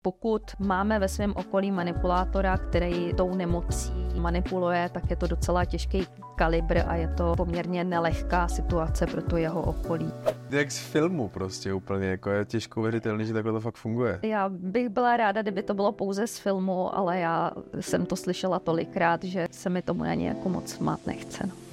Pokud máme ve svém okolí manipulátora, který tou nemocí manipuluje, tak je to docela těžký kalibr a je to poměrně nelehká situace pro to jeho okolí. Jak z filmu prostě úplně, jako je těžko věřitelný, že takhle to fakt funguje. Já bych byla ráda, kdyby to bylo pouze z filmu, ale já jsem to slyšela tolikrát, že se mi tomu na ně jako moc smát nechce. No.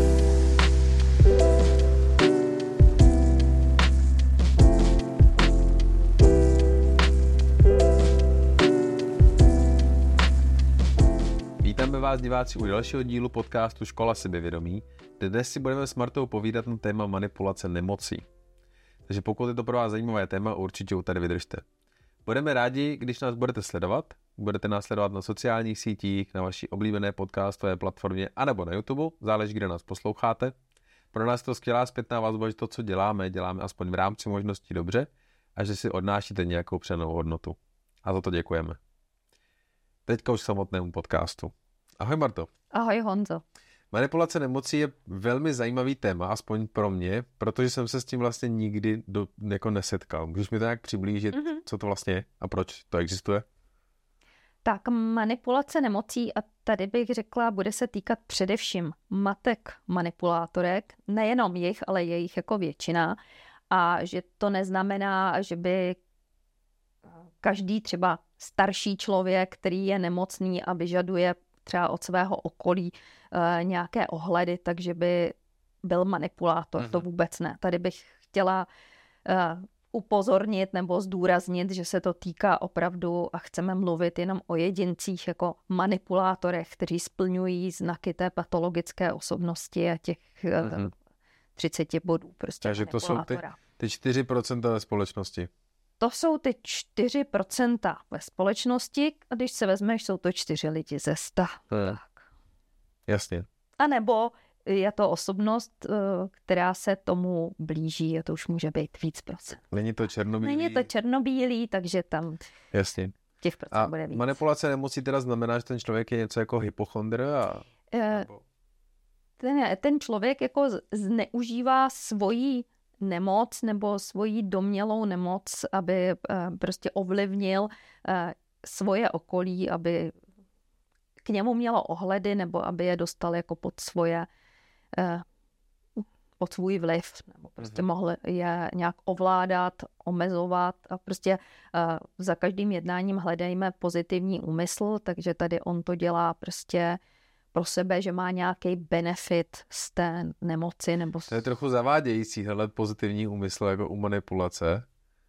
Vítáme vás, diváci, u dalšího dílu podcastu Škola sebevědomí, kde dnes si budeme s Martou povídat na téma manipulace nemocí. Takže pokud je to pro vás zajímavé téma, určitě tady vydržte. Budeme rádi, když nás budete sledovat. Budete nás sledovat na sociálních sítích, na vaší oblíbené podcastové platformě anebo na YouTube, záleží, kde nás posloucháte. Pro nás to skvělá zpětná vazba, že to, co děláme aspoň v rámci možností dobře a že si odnášíte nějakou přidanou hodnotu. A za to děkujeme. Teďka už k samotnému podcastu. Ahoj Marto. Ahoj Honzo. Manipulace nemocí je velmi zajímavý téma, aspoň pro mě, protože jsem se s tím vlastně nikdy jako nesetkal. Můžeš mi to nějak přiblížit, co to vlastně je a proč to existuje? Tak manipulace nemocí, a tady bych řekla, bude se týkat především matek manipulátorek, nejenom jich, ale jejich jako většina. A že to neznamená, že by každý třeba starší člověk, který je nemocný a vyžaduje třeba od svého okolí nějaké ohledy, takže by byl manipulátor. To vůbec ne. Tady bych chtěla upozornit nebo zdůraznit, že se to týká opravdu a chceme mluvit jenom o jedincích jako manipulátorech, kteří splňují znaky té patologické osobnosti a těch 30 bodů. Prostě takže to jsou ty 4% ve společnosti. To jsou ty 4% ve společnosti a když se vezmeš, jsou to 4 lidi ze 100. Tak. Jasně. A nebo je to osobnost, která se tomu blíží a to už může být víc procent. Není to černobílý? Není to černobílý, takže tam jasně. Těch procent bude víc. Manipulace nemocí teda znamená, že ten člověk je něco jako hypochondr? Ten člověk jako zneužívá svoji nemoc nebo svoji domnělou nemoc, aby prostě ovlivnil svoje okolí, aby k němu mělo ohledy nebo aby je dostal jako pod svůj vliv nebo prostě mohl je nějak ovládat, omezovat a prostě za každým jednáním hledejme pozitivní úmysl, takže tady on to dělá prostě pro sebe, že má nějaký benefit z té nemoci. Nebo to je trochu zavádějící, hledat pozitivní úmysl jako u manipulace.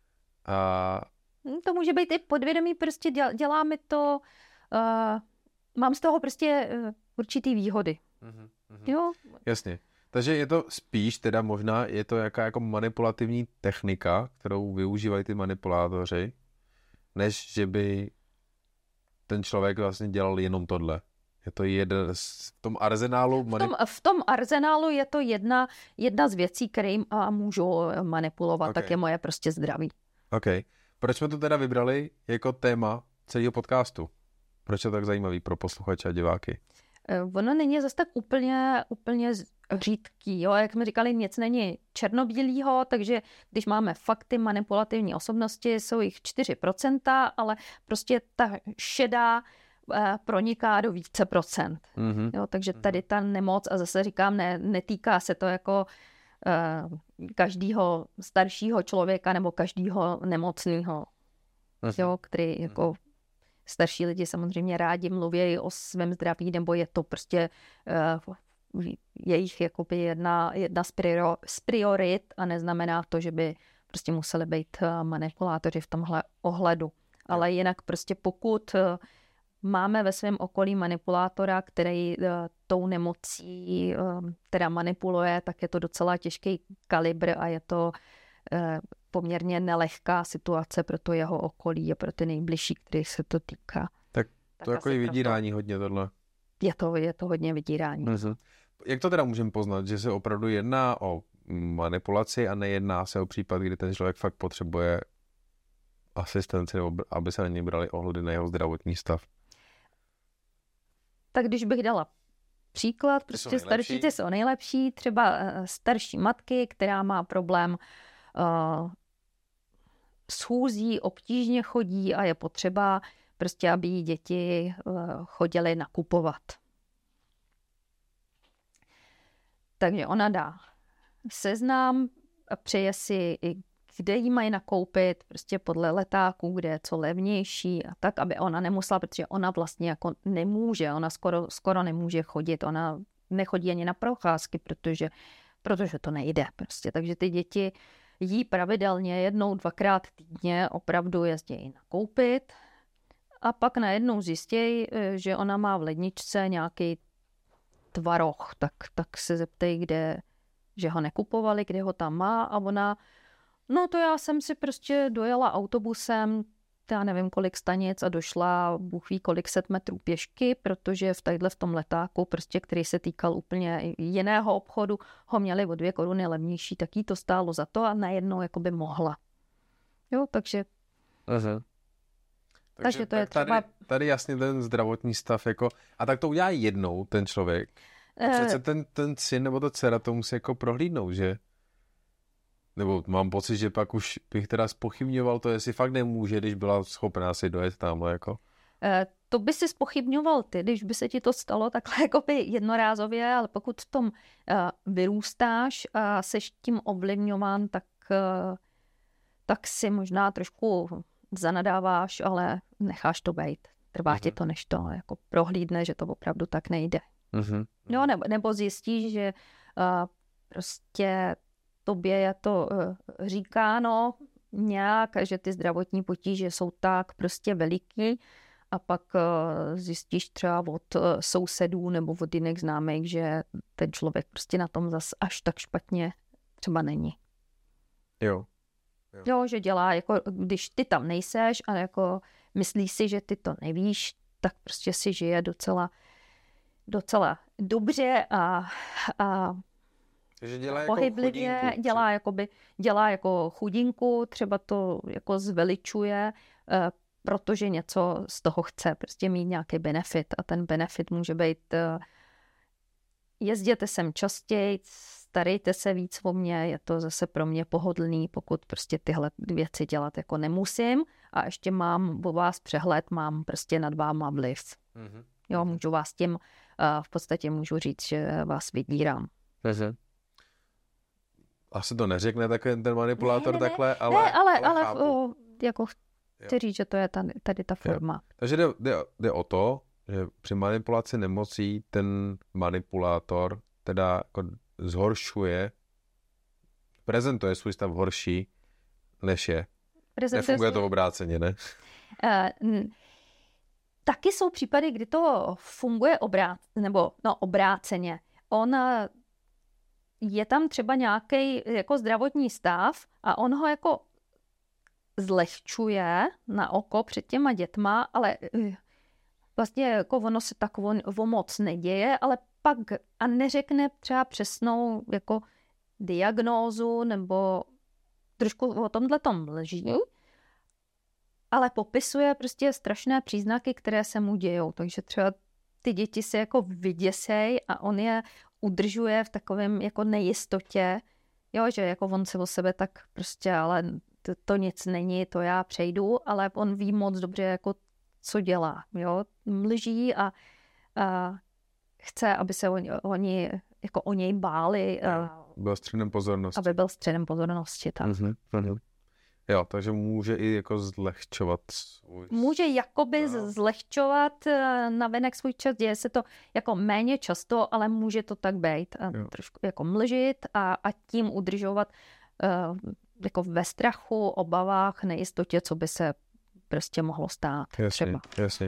To může být i podvědomí, prostě dělá mi to, mám z toho prostě určitý výhody. Jo? Jasně. Takže je to spíš, teda možná, je to jaká jako manipulativní technika, kterou využívají ty manipulátoři, než že by ten člověk vlastně dělal jenom tohle. Je to v tom arzenálu? V tom arzenálu je to jedna z věcí, kterým můžu manipulovat, tak je moje prostě zdraví. OK. Proč jsme to teda vybrali jako téma celého podcastu? Proč je to tak zajímavý pro posluchače a diváky? Ono není zase tak úplně řídký. Jo? Jak jsme říkali, nic není černobílýho, takže když máme fakty manipulativní osobnosti, jsou jich 4%, ale prostě ta šedá proniká do více procent. Jo, takže tady ta nemoc, a zase říkám, netýká se to jako každého staršího člověka nebo každého nemocného, jo, který jako starší lidi samozřejmě rádi mluví o svém zdraví, nebo je to prostě jejich jakoby jedna z priorit a neznamená to, že by prostě museli být manipulátoři v tomhle ohledu. Ale jinak prostě pokud máme ve svém okolí manipulátora, který tou nemocí teda manipuluje, tak je to docela těžký kalibr a je to poměrně nelehká situace pro to jeho okolí a pro ty nejbližší, kterých se to týká. Tak to jako je vydírání hodně tohle. Je to hodně vydírání. Jak to teda můžeme poznat, že se opravdu jedná o manipulaci a nejedná se o případ, kdy ten člověk fakt potřebuje asistenci, nebo aby se na něj brali ohledy na jeho zdravotní stav? Tak když bych dala příklad, prostě starší jsou nejlepší, třeba starší matky, která má problém schůzí, obtížně chodí a je potřeba prostě, aby jí děti chodily nakupovat. Takže ona dá seznam a přeje si, kde jí mají nakoupit, prostě podle letáků, kde je co levnější a tak, aby ona nemusela, protože ona vlastně jako nemůže, ona skoro nemůže chodit, ona nechodí ani na procházky, protože to nejde prostě. Takže ty děti jí pravidelně 1-2krát týdně opravdu jezdí nakoupit a pak najednou zjistějí, že ona má v ledničce nějaký tvaroh, tak se zeptej, kde, že ho nekupovali, kde ho tam má a ona, no to já jsem si prostě dojela autobusem, já nevím kolik stanic a došla Bůh ví kolik set metrů pěšky, protože v tom letáku, prostě, který se týkal úplně jiného obchodu, ho měli o 2 koruny levnější, tak jí to stálo za to a najednou jakoby mohla. Jo, takže... Aha. Takže to je třeba... Tady jasně ten zdravotní stav, jako... A tak to udělá jednou ten člověk. A přece ten syn nebo ta dcera to musí jako prohlídnout, že? Nebo mám pocit, že pak už bych teda zpochybňoval to, jestli fakt nemůže, když byla schopná si dojet tamhle, jako... To by si zpochybňoval ty, když by se ti to stalo takhle jakoby jednorázově, ale pokud v tom vyrůstáš a seš tím ovlivňován, tak si možná trošku zanadáváš, ale necháš to bejt. Trvá ti to, než to jako prohlídne, že to opravdu tak nejde. No, nebo zjistíš, že prostě tobě je to říkáno nějak, že ty zdravotní potíže jsou tak prostě veliký a pak zjistíš třeba od sousedů nebo od jiných známých, že ten člověk prostě na tom zas až tak špatně třeba není. Jo, že dělá, jako když ty tam nejseš a jako myslíš si, že ty to nevíš, tak prostě si žije docela dobře a že dělá pohyblivě, jako dělá jako chudinku, třeba to jako zveličuje, protože něco z toho chce, prostě mít nějaký benefit a ten benefit může být jezděte sem častěji, starejte se víc o mě, je to zase pro mě pohodlný, pokud prostě tyhle věci dělat jako nemusím a ještě mám o vás přehled, mám prostě nad váma vliv. Jo, můžu vás tím, v podstatě můžu říct, že vás vydírám. Asi to neřekne takový ten manipulátor takhle, ale jako chci říct, že to je tady ta forma. Jo. Takže jde o to, že při manipulaci nemocí ten manipulátor teda jako zhoršuje, prezentuje svůj stav horší, než je. Nefunguje to obráceně, ne? Taky jsou případy, kdy to funguje obráceně. Je tam třeba nějaký jako zdravotní stav a on ho jako zlehčuje na oko před těma dětma, ale vlastně jako ono se tak o moc neděje, ale pak a neřekne třeba přesnou jako diagnózu nebo trošku o tomhletom lží, ale popisuje prostě strašné příznaky, které se mu dějou. Takže třeba ty děti se jako vyděsej a on je udržuje v takovém jako nejistotě, jo, že jako on se o sebe tak prostě, ale to nic není, to já přejdu, ale on ví moc dobře, jako co dělá, jo, lží a chce, aby se oni jako o něj báli. Byl středem pozornosti. Aby byl středem pozornosti, tak. Jo, takže může i jako zlehčovat svůj... Může jakoby zlehčovat navenek svůj čas, děje se to jako méně často, ale může to tak být. Trošku jako mlžit a tím udržovat jako ve strachu, obavách, nejistotě, co by se prostě mohlo stát. Jasně.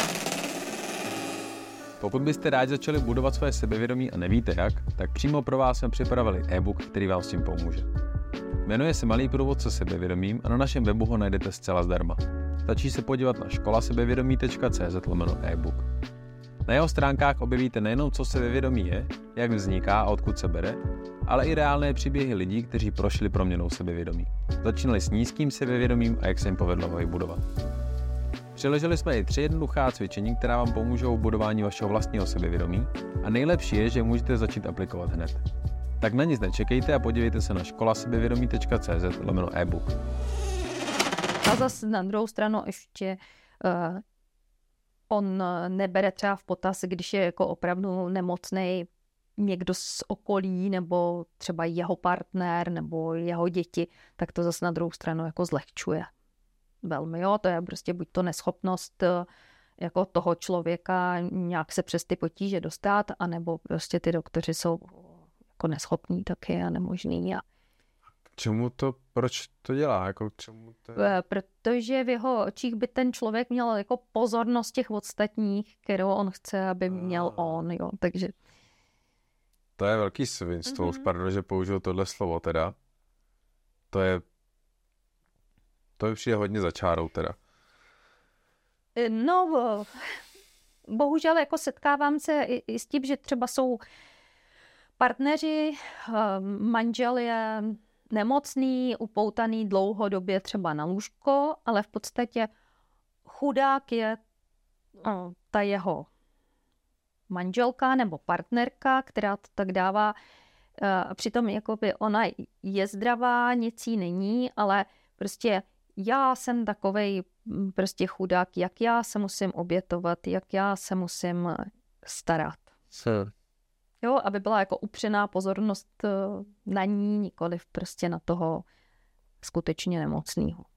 Pokud byste rádi začali budovat své sebevědomí a nevíte jak, tak přímo pro vás jsme připravili e-book, který vám s tím pomůže. Jmenuje se Malý průvodce sebevědomím a na našem webu ho najdete zcela zdarma. Stačí se podívat na školasebevědomí.cz/e-book. Na jeho stránkách objevíte nejenom, co sebevědomí je, jak vzniká a odkud se bere, ale i reálné příběhy lidí, kteří prošli proměnou sebevědomí. Začínali s nízkým sebevědomím a jak se jim povedlo ho budovat. Přiložili jsme i 3 jednoduchá cvičení, která vám pomůžou v budování vašeho vlastního sebevědomí a nejlepší je, že můžete začít aplikovat hned. Tak na nic nečekejte a podívejte se na školasebevědomí.cz/e-book. A zase na druhou stranu ještě on nebere třeba v potaz, když je jako opravdu nemocnej někdo z okolí, nebo třeba jeho partner, nebo jeho děti, tak to zase na druhou stranu jako zlehčuje. Velmi, jo, to je prostě buď to neschopnost jako toho člověka nějak se přes ty potíže dostat, anebo prostě ty doktoři jsou jako neschopní taky a nemožný. Proč to dělá? Jako čemu to... Protože v jeho očích by ten člověk měl jako pozornost těch ostatních, kterou on chce, aby měl on, jo, takže... To je velký svinstvo, už pardon, že použiju tohle slovo teda. To mi přijde hodně za čárou teda. No, bohužel jako setkávám se i s tím, že třeba jsou partneři, manžel je nemocný, upoutaný dlouhodobě třeba na lůžko, ale v podstatě chudák je ta jeho manželka nebo partnerka, která to tak dává. Přitom jakoby ona je zdravá, nic jí není, ale prostě já jsem takovej prostě chudák, jak já se musím obětovat, jak já se musím starat. Jo, aby byla jako upřená pozornost na ní, nikoliv prostě na toho skutečně nemocného.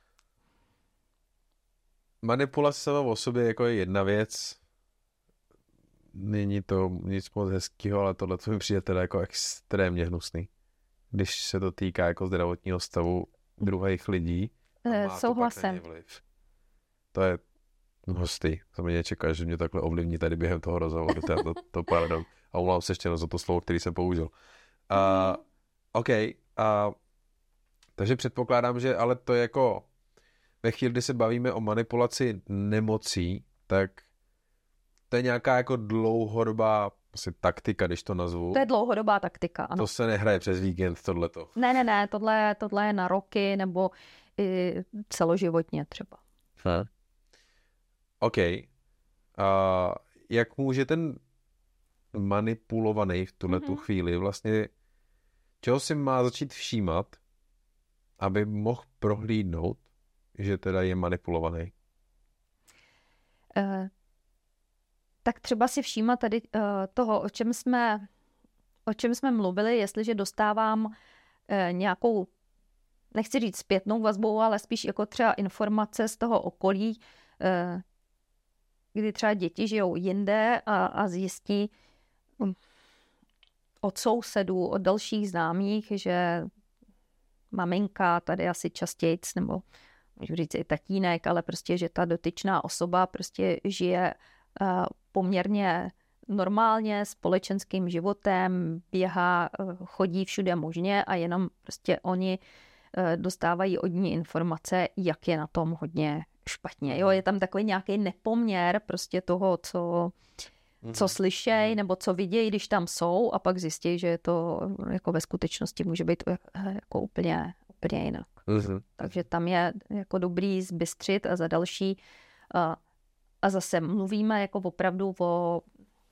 Manipulace sama o sobě jako je jedna věc. Není to nic moc hezkého, ale tohle mi přijde teda jako extrémně hnusný. Když se to týká jako zdravotního stavu druhých lidí. Souhlasím. To je hustý. To mě nečeká, že mě takhle ovlivní tady během toho rozhovoru. To pardon. A omlouvám se ještě za to slovo, který jsem použil. OK. Takže předpokládám, že ale to je jako ve chvíli, kdy se bavíme o manipulaci nemocí, tak to je nějaká jako dlouhodobá asi taktika, když to nazvu. To je dlouhodobá taktika, ano. To se nehraje přes víkend, tohleto. Ne, tohle je na roky nebo i celoživotně třeba. OK. Jak může ten manipulovaný v tuhletu chvíli vlastně, čeho si má začít všímat, aby mohl prohlídnout, že teda je manipulovaný? Tak třeba si všímat tady toho, o čem jsme mluvili, jestliže dostávám nějakou, nechci říct zpětnou vazbou, ale spíš jako třeba informace z toho okolí, kdy třeba děti žijou jinde a zjistí od sousedů, od dalších známých, že maminka tady asi častěji, nebo můžu říct i tatínek, ale prostě, že ta dotyčná osoba prostě žije poměrně normálně společenským životem, běhá, chodí všude možně a jenom prostě oni dostávají od ní informace, jak je na tom hodně špatně. Jo, je tam takový nějaký nepoměr prostě toho, co slyšejí nebo co vidějí, když tam jsou, a pak zjistí, že je to jako ve skutečnosti může být jako úplně jinak. Takže tam je jako dobrý zbystřit a za další a zase mluvíme jako opravdu o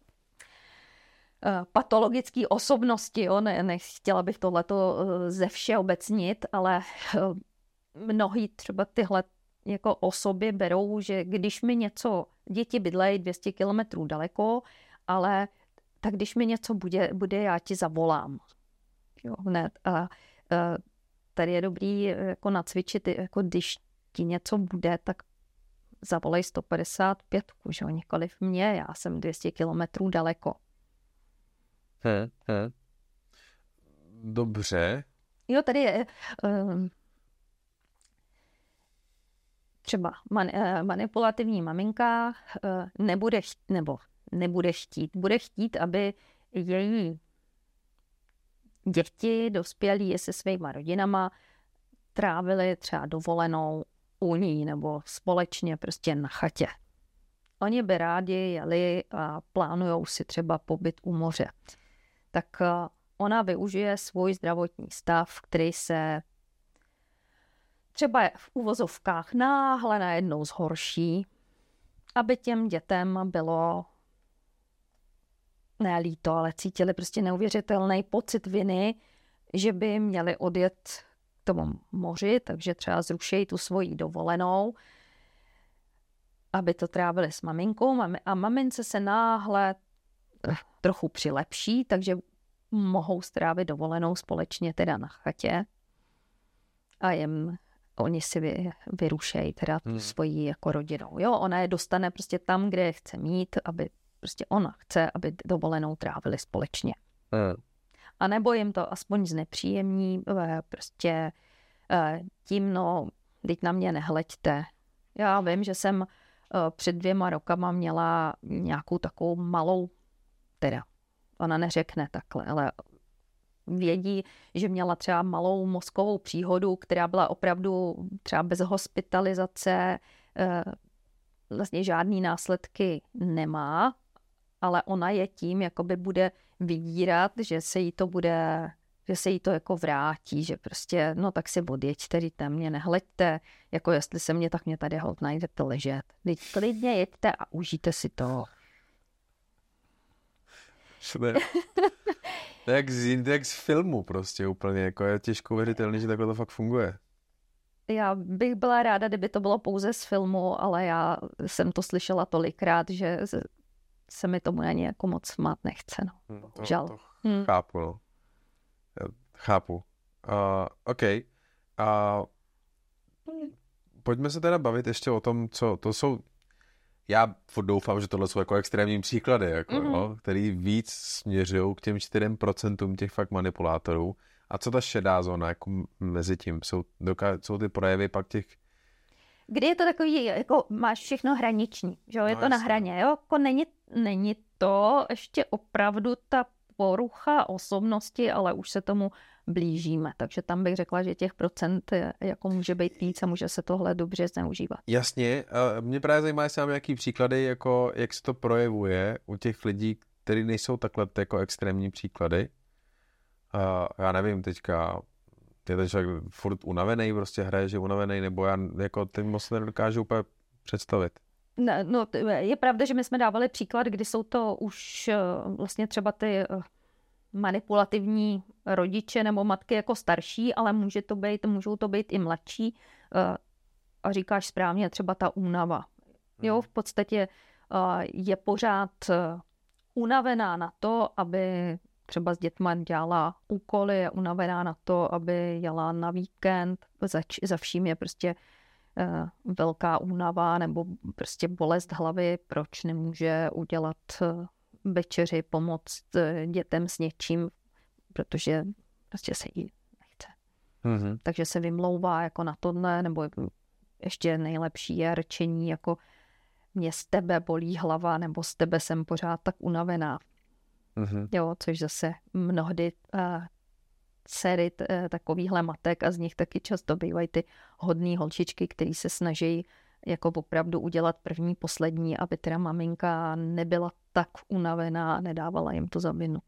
patologické osobnosti, jo? Nechtěla bych tohleto ze všeobecnit, ale mnohý třeba tyhle jako osoby berou, že když mi něco, děti bydlejí 200 kilometrů daleko, ale tak když mi něco bude, já ti zavolám. Jo, hned. A tady je dobrý jako nacvičit, jako když ti něco bude, tak zavolej 155, že jo, nikoliv mě, já jsem 200 kilometrů daleko. Dobře. Jo, tady je třeba manipulativní maminka bude chtít, aby její děti dospělí se svýma rodinama trávili třeba dovolenou u ní nebo společně prostě na chatě. Oni by rádi jeli a plánujou si třeba pobyt u moře. Tak ona využije svůj zdravotní stav, který se třeba v uvozovkách náhle najednou zhorší, aby těm dětem bylo ne líto, ale cítili prostě neuvěřitelný pocit viny, že by měli odjet tomu moři, takže třeba zrušejí tu svoji dovolenou, aby to trávili s maminkou a mamince se náhle trochu přilepší, takže mohou strávit dovolenou společně teda na chatě a oni si vyrušejí teda tu svoji jako rodinou. Jo, ona je dostane prostě tam, kde je chce mít, aby prostě ona chce, aby dovolenou trávili společně. A nebo jim to aspoň znepříjemní, prostě tím, no, teď na mě nehleďte. Já vím, že jsem před 2 rokama měla nějakou takovou malou, teda ona neřekne takhle, ale vědí, že měla třeba malou mozkovou příhodu, která byla opravdu třeba bez hospitalizace, vlastně žádný následky nemá, ale ona je tím, jakoby bude vydírat, že se jí to jako vrátí, že prostě, no tak si odjeďte, teď mě nehleďte, jako jestli se mě, tak mě tady holt najdete ležet. Teď klidně jeďte a užijte si to. To je jak z filmu prostě úplně, jako je těžko věřitelný, že takhle to fakt funguje. Já bych byla ráda, kdyby to bylo pouze z filmu, ale já jsem to slyšela tolikrát, že se mi tomu ani jako moc smát nechce. No. Žal. To chápu, no. Chápu. OK. Pojďme se teda bavit ještě o tom, co to jsou. Já doufám, že tohle jsou jako extrémní příklady, jako, no, který víc směřují k těm 4% těch fakt manipulátorů. A co ta šedá zóna jako mezi tím? Jsou ty projevy pak těch... Kdy je to takový, jako máš všechno hraniční, že jo? Je to na hraně, jo? Jako není to ještě opravdu ta porucha osobnosti, ale už se tomu blížíme. Takže tam bych řekla, že těch procent jako může být víc a může se tohle dobře zneužívat. Jasně. Mě právě zajímá, jestli mám nějaký příklady, jako jak se to projevuje u těch lidí, kteří nejsou takhle jako extrémní příklady. Já nevím teďka, je ten člověk furt unavený, prostě hraje, že unavený, nebo já jako ty moc nedokážu úplně představit. No, je pravda, že my jsme dávali příklad, kdy jsou to už vlastně třeba ty manipulativní rodiče nebo matky jako starší, ale můžou to být i mladší. A říkáš správně, třeba ta únava. Jo, v podstatě je pořád unavená na to, aby třeba s dětma dělala úkoly, je unavená na to, aby jela na víkend. Za vším je prostě velká únava nebo prostě bolest hlavy, proč nemůže udělat večeři, pomoct dětem s něčím, protože prostě se jí nechce. Takže se vymlouvá jako na tohle, nebo ještě nejlepší je rčení, jako mě z tebe bolí hlava, nebo z tebe jsem pořád tak unavená. Jo, což zase mnohdy dcery takovýhle matek a z nich taky často bývají ty hodný holčičky, který se snaží jako opravdu udělat první, poslední, aby teda maminka nebyla tak unavená a nedávala jim to za vinu.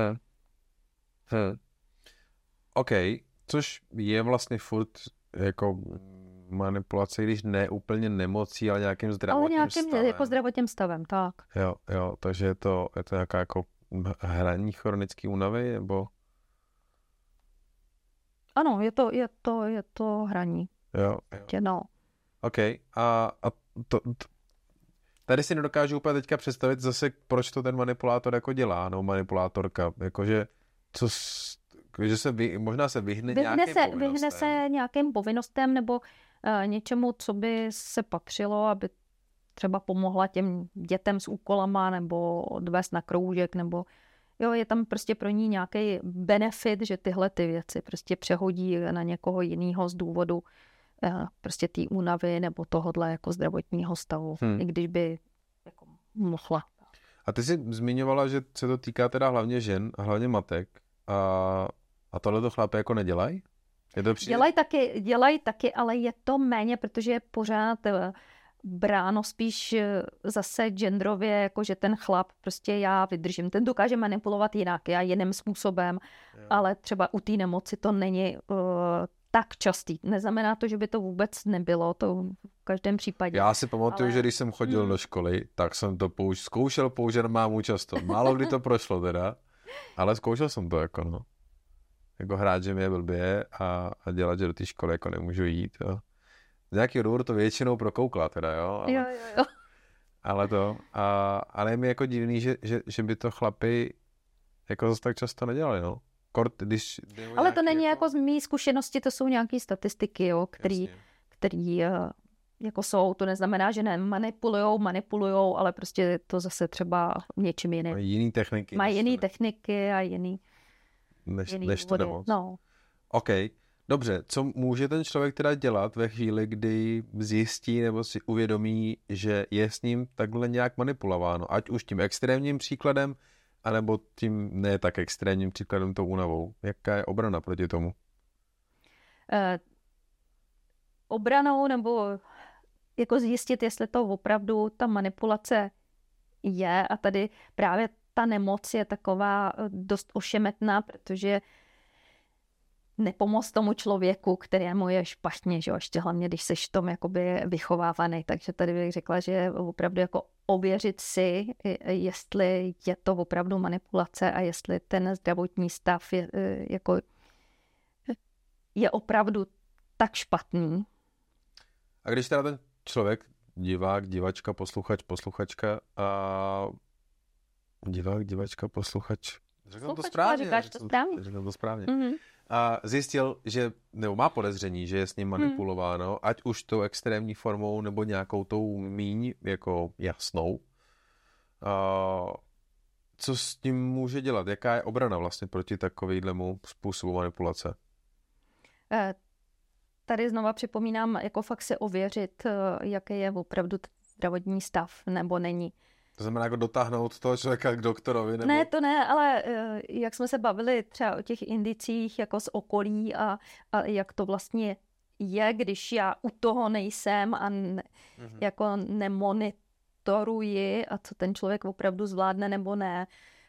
OK, což je vlastně furt jako manipulace, když ne úplně nemocí, ale nějakým zdravotním stavem. Ale jako zdravotním stavem, tak. Jo, takže je to nějaká jako hraní chronické únavy, nebo? Ano, je to hraní. Jo. No. OK, a tady si nedokážu úplně teďka představit zase, proč to ten manipulátor jako dělá, no manipulátorka, jakože že možná se vyhne nějakým povinnostem. Vyhne se nějakým povinnostem nebo něčemu, co by se patřilo, aby třeba pomohla těm dětem s úkolama nebo odvést na kroužek, nebo jo, je tam prostě pro ní nějaký benefit, že tyhle ty věci prostě přehodí na někoho jiného z důvodu prostě té únavy nebo tohodle jako zdravotního stavu, i když by jako mohla. A ty jsi zmiňovala, že se to týká teda hlavně žen a hlavně matek a tohle to chlapi jako nedělají? Dělají taky, ale je to méně, protože je pořád bráno spíš zase genderově, jako že ten chlap prostě já vydržím. Ten dokáže manipulovat jinak, já jiným způsobem, ale třeba u té nemoci to není tak častý. Neznamená to, že by to vůbec nebylo, to v každém případě. Já si pamatuju, že když jsem chodil do školy, tak jsem to zkoušel použít mámu často. Málo kdy to prošlo teda, ale zkoušel jsem to jako no. jako hrát, že mi je blbě a dělat, že do té školy jako nemůžu jít. Jo. Z nějakého důvodu to většinou prokoukla teda, jo. Jo. Ale je mi jako divný, že by to chlapi jako zase tak často nedělali, no. Ale to není jako z mý zkušenosti, to jsou nějaké statistiky, jo, který jako jsou, to neznamená, že manipulujou, ale prostě to zase třeba něčím jiným. Mají jiný techniky. Mají jiný techniky a jiný než to nemoc. No. OK, dobře, co může ten člověk teda dělat ve chvíli, kdy zjistí nebo si uvědomí, že je s ním takhle nějak manipulováno, ať už tím extrémním příkladem, anebo tím ne tak extrémním příkladem tou únavou. Jaká je obrana proti tomu? Obranou nebo jako zjistit, jestli to opravdu ta manipulace je, a tady právě ta nemoc je taková dost ošemetná, protože nepomoc tomu člověku, kterému je špatně, že jo, ještě hlavně, když seš tom jakoby vychovávaný, takže tady bych řekla, že opravdu jako ověřit si, jestli je to opravdu manipulace a jestli ten zdravotní stav je opravdu tak špatný. A když teda ten člověk, divák, divačka, posluchačka a posluchač. Řekl to správně. Říkáš to správně. Řekl to správně. Mm-hmm. A zjistil, že nebo má podezření, že je s ním manipulováno, ať už tou extrémní formou nebo nějakou tou míň jako jasnou. Co s tím může dělat? Jaká je obrana vlastně proti takovému způsobu manipulace? Tady znova připomínám, jako fakt se ověřit, jaký je opravdu zdravotní stav, nebo není. To znamená jako dotáhnout toho člověka k doktorovi? Nebo... Ne, to ne, ale jak jsme se bavili třeba o těch indicích jako z okolí a jak to vlastně je, když já u toho nejsem a jako nemonitoruji a co ten člověk opravdu zvládne nebo ne.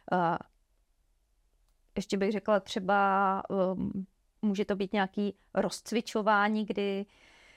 Ještě bych řekla třeba, může to být nějaký rozcvičování, kdy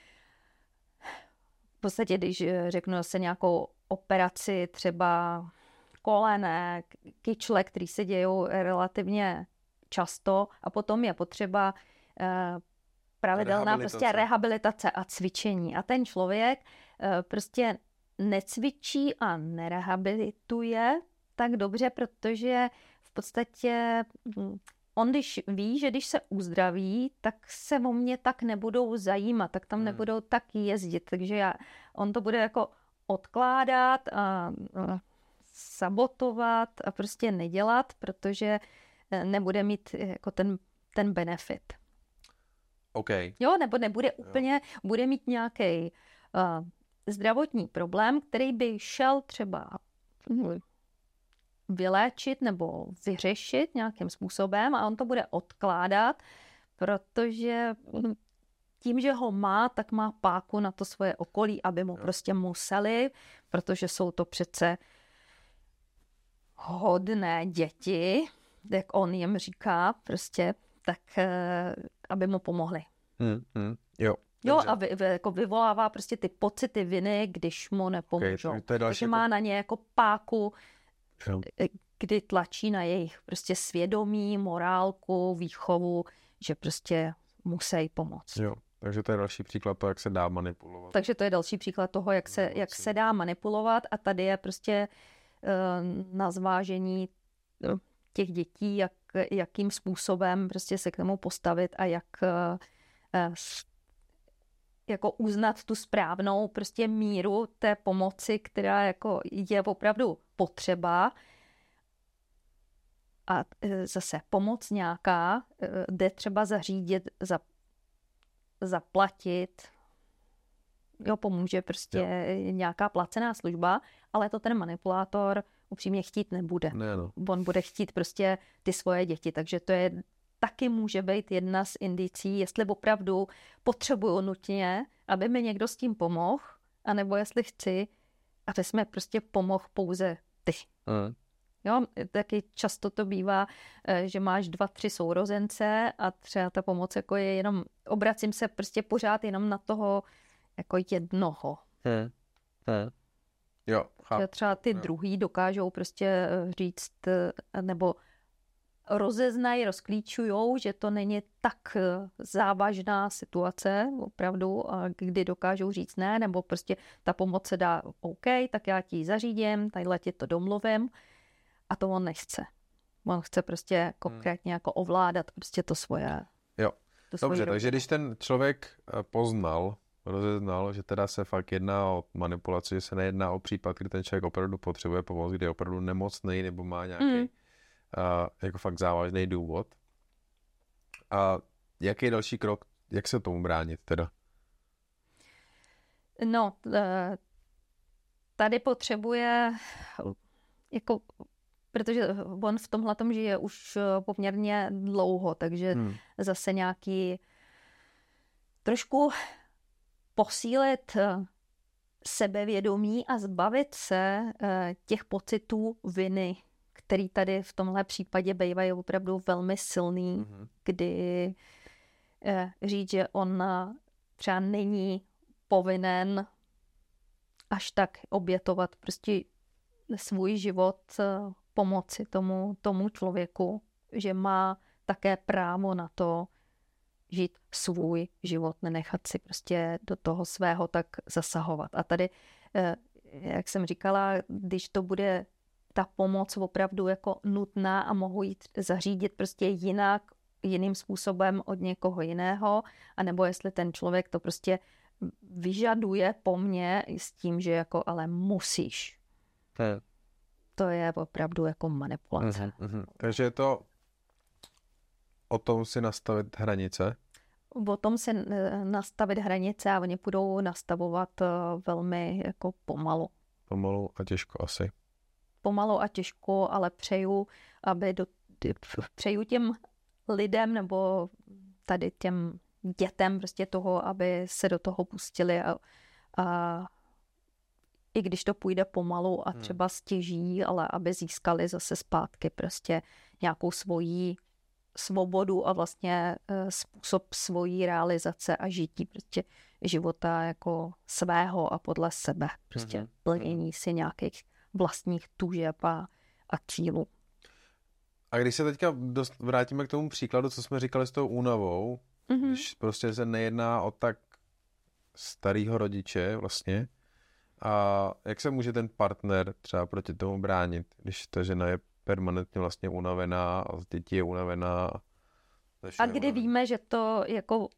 v podstatě, když řeknu se nějakou operaci třeba kolenek, kyčle, který se dějou relativně často a potom je potřeba pravidelná prostě rehabilitace a cvičení. A ten člověk prostě necvičí a nerehabilituje tak dobře, protože v podstatě on když ví, že když se uzdraví, tak se o mě tak nebudou zajímat, tak tam nebudou tak jezdit. Takže on to bude jako odkládat a sabotovat a prostě nedělat, protože nebude mít jako ten benefit. Okay. Jo, nebo nebude úplně, bude mít nějaký zdravotní problém, který by šel třeba vyléčit nebo vyřešit nějakým způsobem a on to bude odkládat, protože tím, že ho má, tak má páku na to svoje okolí, aby mu prostě museli, protože jsou to přece hodné děti, jak on jim říká, prostě, tak aby mu pomohli. Jo. Jo, a jako vyvolává prostě ty pocity viny, když mu nepomůžou. Okay, takže má na ně jako páku, kdy tlačí na jejich prostě svědomí, morálku, výchovu, že prostě musí pomoct. Jo, takže to je další příklad toho, jak se dá manipulovat. Takže to je další příklad toho, jak se dá manipulovat a tady je prostě na zvážení těch dětí, jakým způsobem prostě se k tomu postavit a jak jako uznat tu správnou prostě míru té pomoci, která jako je opravdu potřeba. A zase pomoc nějaká jde třeba zařídit, zaplatit, jo, pomůže prostě nějaká placená služba, ale to ten manipulátor upřímně chtít nebude. Ne, no. On bude chtít prostě ty svoje děti, takže to je taky může být jedna z indicí, jestli opravdu potřebuju nutně, aby mi někdo s tím pomohl, anebo jestli chci, aby jsme prostě pomohl pouze ty. Jo, taky často to bývá, že máš 2-3 sourozence a třeba ta pomoc jako je jenom, obracím se prostě pořád jenom na toho jako jednoho. Jo, chápu. Třeba ty druhý dokážou prostě říct, nebo rozeznají, rozklíčujou, že to není tak závažná situace, opravdu, kdy dokážou říct ne, nebo prostě ta pomoc se dá OK, tak já ti ji zařídím, tadyhle ti to domluvím, a to on nechce. On chce prostě konkrétně jako ovládat prostě to svoje. Jo, dobře, takže když ten člověk rozeznal, že teda se fakt jedná o manipulaci, že se nejedná o případ, kdy ten člověk opravdu potřebuje pomoc, kdy je opravdu nemocný nebo má nějaký jako fakt závažný důvod. A jaký je další krok, jak se tomu bránit teda? No, tady potřebuje, jako, protože on v tomhletom žije už poměrně dlouho, takže zase nějaký trošku posílit sebevědomí a zbavit se těch pocitů viny, který tady v tomhle případě bývají opravdu velmi silný, kdy říct, že on třeba není povinen až tak obětovat prostě svůj život pomoci tomu člověku, že má také právo na to žít svůj život, nenechat si prostě do toho svého tak zasahovat. A tady, jak jsem říkala, když to bude ta pomoc opravdu jako nutná a mohu jít zařídit prostě jiným způsobem od někoho jiného, anebo jestli ten člověk to prostě vyžaduje po mně s tím, že jako ale musíš. To je opravdu jako manipulace. Takže je to o tom si nastavit hranice? O tom si nastavit hranice a oni budou nastavovat velmi jako pomalu. Pomalu a těžko asi. Pomalu a těžko, ale přeju těm lidem nebo tady těm dětem prostě toho, aby se do toho pustili a i když to půjde pomalu a třeba stěží, ale aby získali zase zpátky prostě nějakou svoji svobodu a vlastně způsob svojí realizace a žití prostě života jako svého a podle sebe. Prostě plnění si nějakých vlastních tužeb a cílů. A když se teďka vrátíme k tomu příkladu, co jsme říkali s tou únavou, když prostě se nejedná o tak starýho rodiče vlastně, a jak se může ten partner třeba proti tomu bránit, když ta žena je permanentně vlastně unavená a z dětí je unavená. A kdy víme, že to jako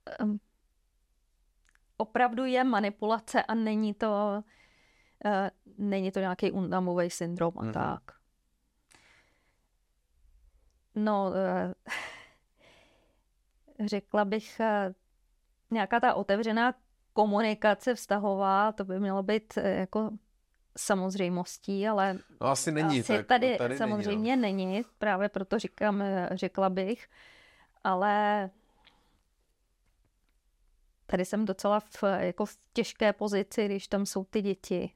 opravdu je manipulace a není to nějaký unavový syndrom a tak. No, řekla bych, nějaká ta otevřená komunikace vztahová, to by mělo být jako samozřejmostí, ale no, asi není. Asi tady samozřejmě není, právě proto řekla bych, ale tady jsem docela v těžké pozici, když tam jsou ty děti.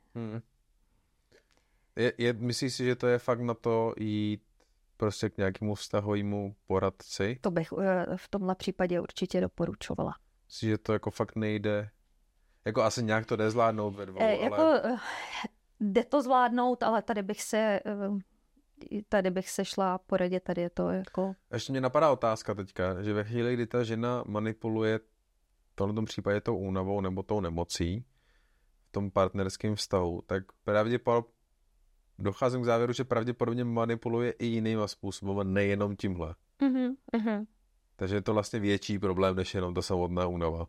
Myslíš si, že to je fakt na to jít prostě k nějakému vztahovému poradci? To bych v tomhle případě určitě doporučovala. Myslíš, že to jako fakt nejde? Jako asi nějak to jde zvládnout ve dvou, ale... Jde to zvládnout, ale tady bych se šla poradit, tady je to jako... Ještě mě napadá otázka teďka, že ve chvíli, kdy ta žena manipuluje v tomto případě tou únavou nebo tou nemocí v tom partnerském vztahu, tak docházím k závěru, že pravděpodobně manipuluje i jinýma způsoby, nejenom tímhle. Takže je to vlastně větší problém, než jenom ta samotná únava.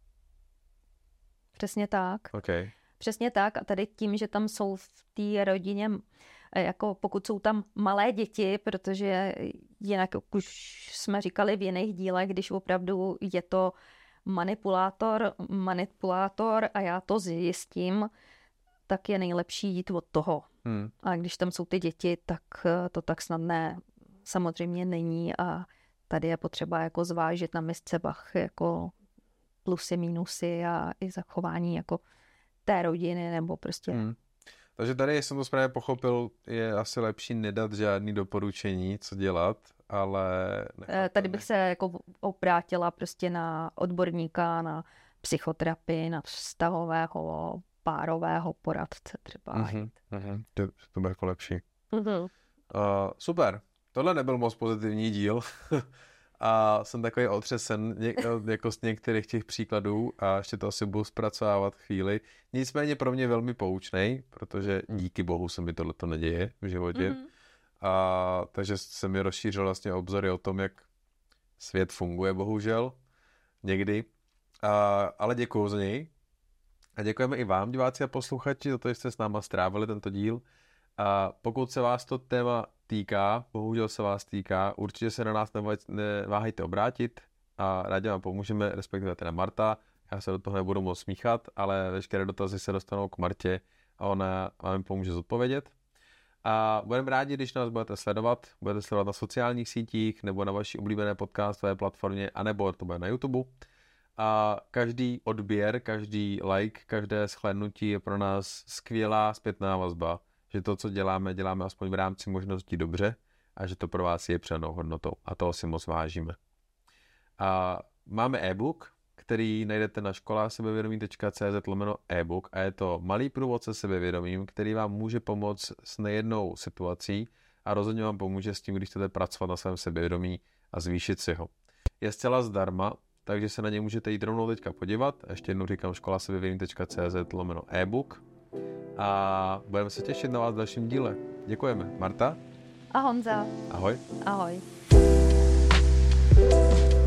Přesně tak. Okay. Přesně tak a tady tím, že tam jsou v té rodině, jako pokud jsou tam malé děti, protože jinak už jsme říkali v jiných dílech, když opravdu je to manipulátor a já to zjistím, tak je nejlepší jít od toho. A když tam jsou ty děti, tak to tak snadné samozřejmě není a tady je potřeba jako zvážit na misce vah jako plusy, mínusy a i zachování jako té rodiny nebo prostě. Takže tady, jestli jsem to správně pochopil, je asi lepší nedat žádný doporučení, co dělat, ale... Tady bych se jako obrátila prostě na odborníka, na psychoterapii, na vztahového, párového poradce třeba. To bude jako lepší. Super. tohle nebyl moc pozitivní díl a jsem takový otřesen jako z některých těch příkladů a ještě to asi budu zpracovávat chvíli. Nicméně pro mě velmi poučnej, protože díky bohu se mi tohleto neděje v životě. A takže se mi rozšířil vlastně obzory o tom, jak svět funguje, bohužel, někdy. Ale děkuju za něj. A děkujeme i vám, diváci a posluchači, za to, že jste s náma strávili tento díl. A pokud se vás to téma týká, bohužel se vás týká, určitě se na nás neváhejte obrátit a rádi vám pomůžeme, respektive teda Marta. Já se do toho nebudu moc smíchat, ale veškeré dotazy se dostanou k Martě a ona vám pomůže zodpovědět. A budeme rádi, když nás budete sledovat na sociálních sítích nebo na vaší oblíbené podcastové platformě, anebo to bude na YouTube. A každý odběr, každý like, každé shlédnutí je pro nás skvělá zpětná vazba, že to, co děláme aspoň v rámci možností dobře a že to pro vás je přidanou hodnotou a toho si moc vážíme. A máme e-book, který najdete na školasebevědomí.cz/e-book a je to malý průvod se sebevědomím, který vám může pomoct s nejednou situací a rozhodně vám pomůže s tím, když chcete pracovat na svém sebevědomí a zvýšit si ho. Je zcela zdarma, takže se na ně můžete jít rovnou teďka podívat. Ještě jednou říkám školasebevědomí.cz/e-book a budeme se těšit na vás v dalším díle. Děkujeme. Marta? A Honza. Ahoj. Ahoj.